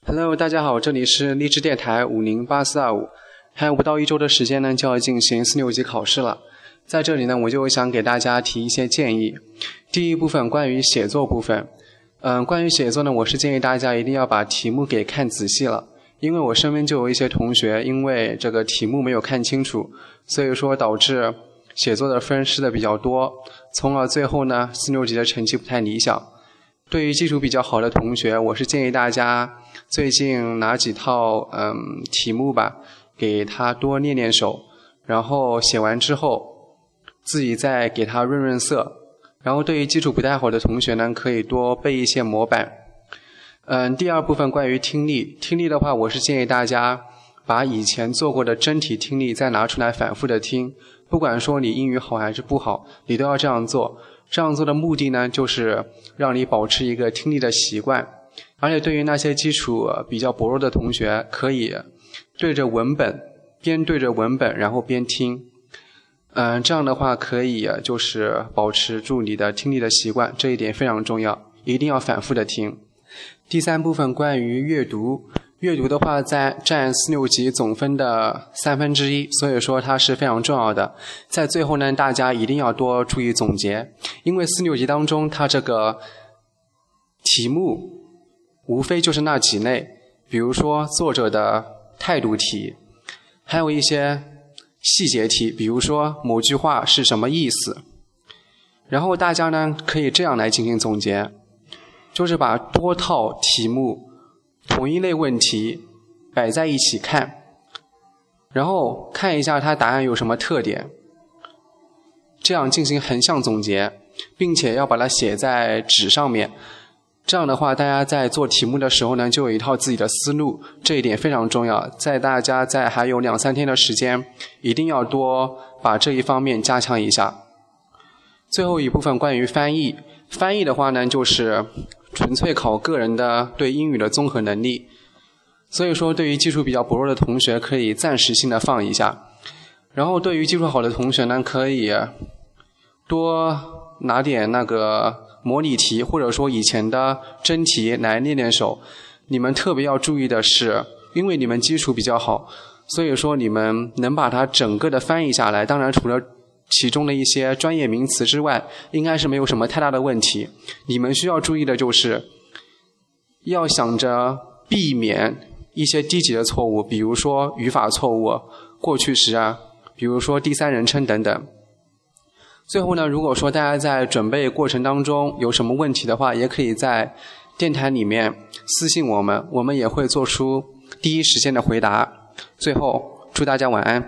Hello， 大家好，这里是励志电台508425，还有不到1周的时间呢，就要进行4、6级考试了。在这里呢，我就想给大家提一些建议。第一部分关于写作部分，关于写作呢，我是建议大家一定要把题目给看仔细了，因为我身边就有一些同学，因为这个题目没有看清楚，所以说导致写作的分失的比较多，从而最后呢4、6级的成绩不太理想。对于基础比较好的同学，我是建议大家最近拿几套题目吧，给他多练练手，然后写完之后自己再给他润润色。然后对于基础不太好的同学呢，可以多背一些模板。第二部分关于听力，听力的话，我是建议大家把以前做过的真题听力再拿出来反复的听，不管说你英语好还是不好，你都要这样做。这样做的目的呢，就是让你保持一个听力的习惯。而且对于那些基础比较薄弱的同学，可以对着文本，边对着文本然后边听。这样的话可以就是保持住你的听力的习惯，这一点非常重要，一定要反复的听。第三部分关于阅读，阅读的话占4、6级总分的1/3，所以说它是非常重要的。在最后呢，大家一定要多注意总结，因为4、6级当中它这个题目无非就是那几类，比如说作者的态度题，还有一些细节题，比如说某句话是什么意思。然后大家呢可以这样来进行总结，就是把多套题目同一类问题摆在一起看，然后看一下它答案有什么特点，这样进行横向总结，并且要把它写在纸上面。这样的话，大家在做题目的时候呢，就有一套自己的思路，这一点非常重要。大家在还有2、3天的时间，一定要多把这一方面加强一下。最后一部分关于翻译，翻译的话呢，就是纯粹考个人的对英语的综合能力。所以说，对于基础比较薄弱的同学，可以暂时性的放一下。然后对于基础好的同学呢，可以多拿点那个模拟题，或者说以前的真题来练练手。你们特别要注意的是，因为你们基础比较好，所以说你们能把它整个的翻译下来，当然除了其中的一些专业名词之外，应该是没有什么太大的问题。你们需要注意的就是要想着避免一些低级的错误，比如说语法错误、过去时比如说第三人称等等。最后呢，如果说大家在准备过程当中有什么问题的话，也可以在电台里面私信我们，我们也会做出第一时间的回答。最后祝大家晚安。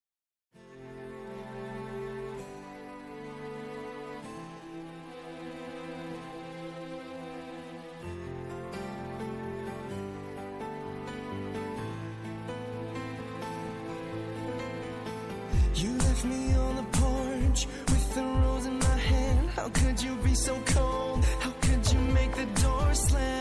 You left me on the porch with the rose in my hand. How could you be so cold? How could you make the door slam?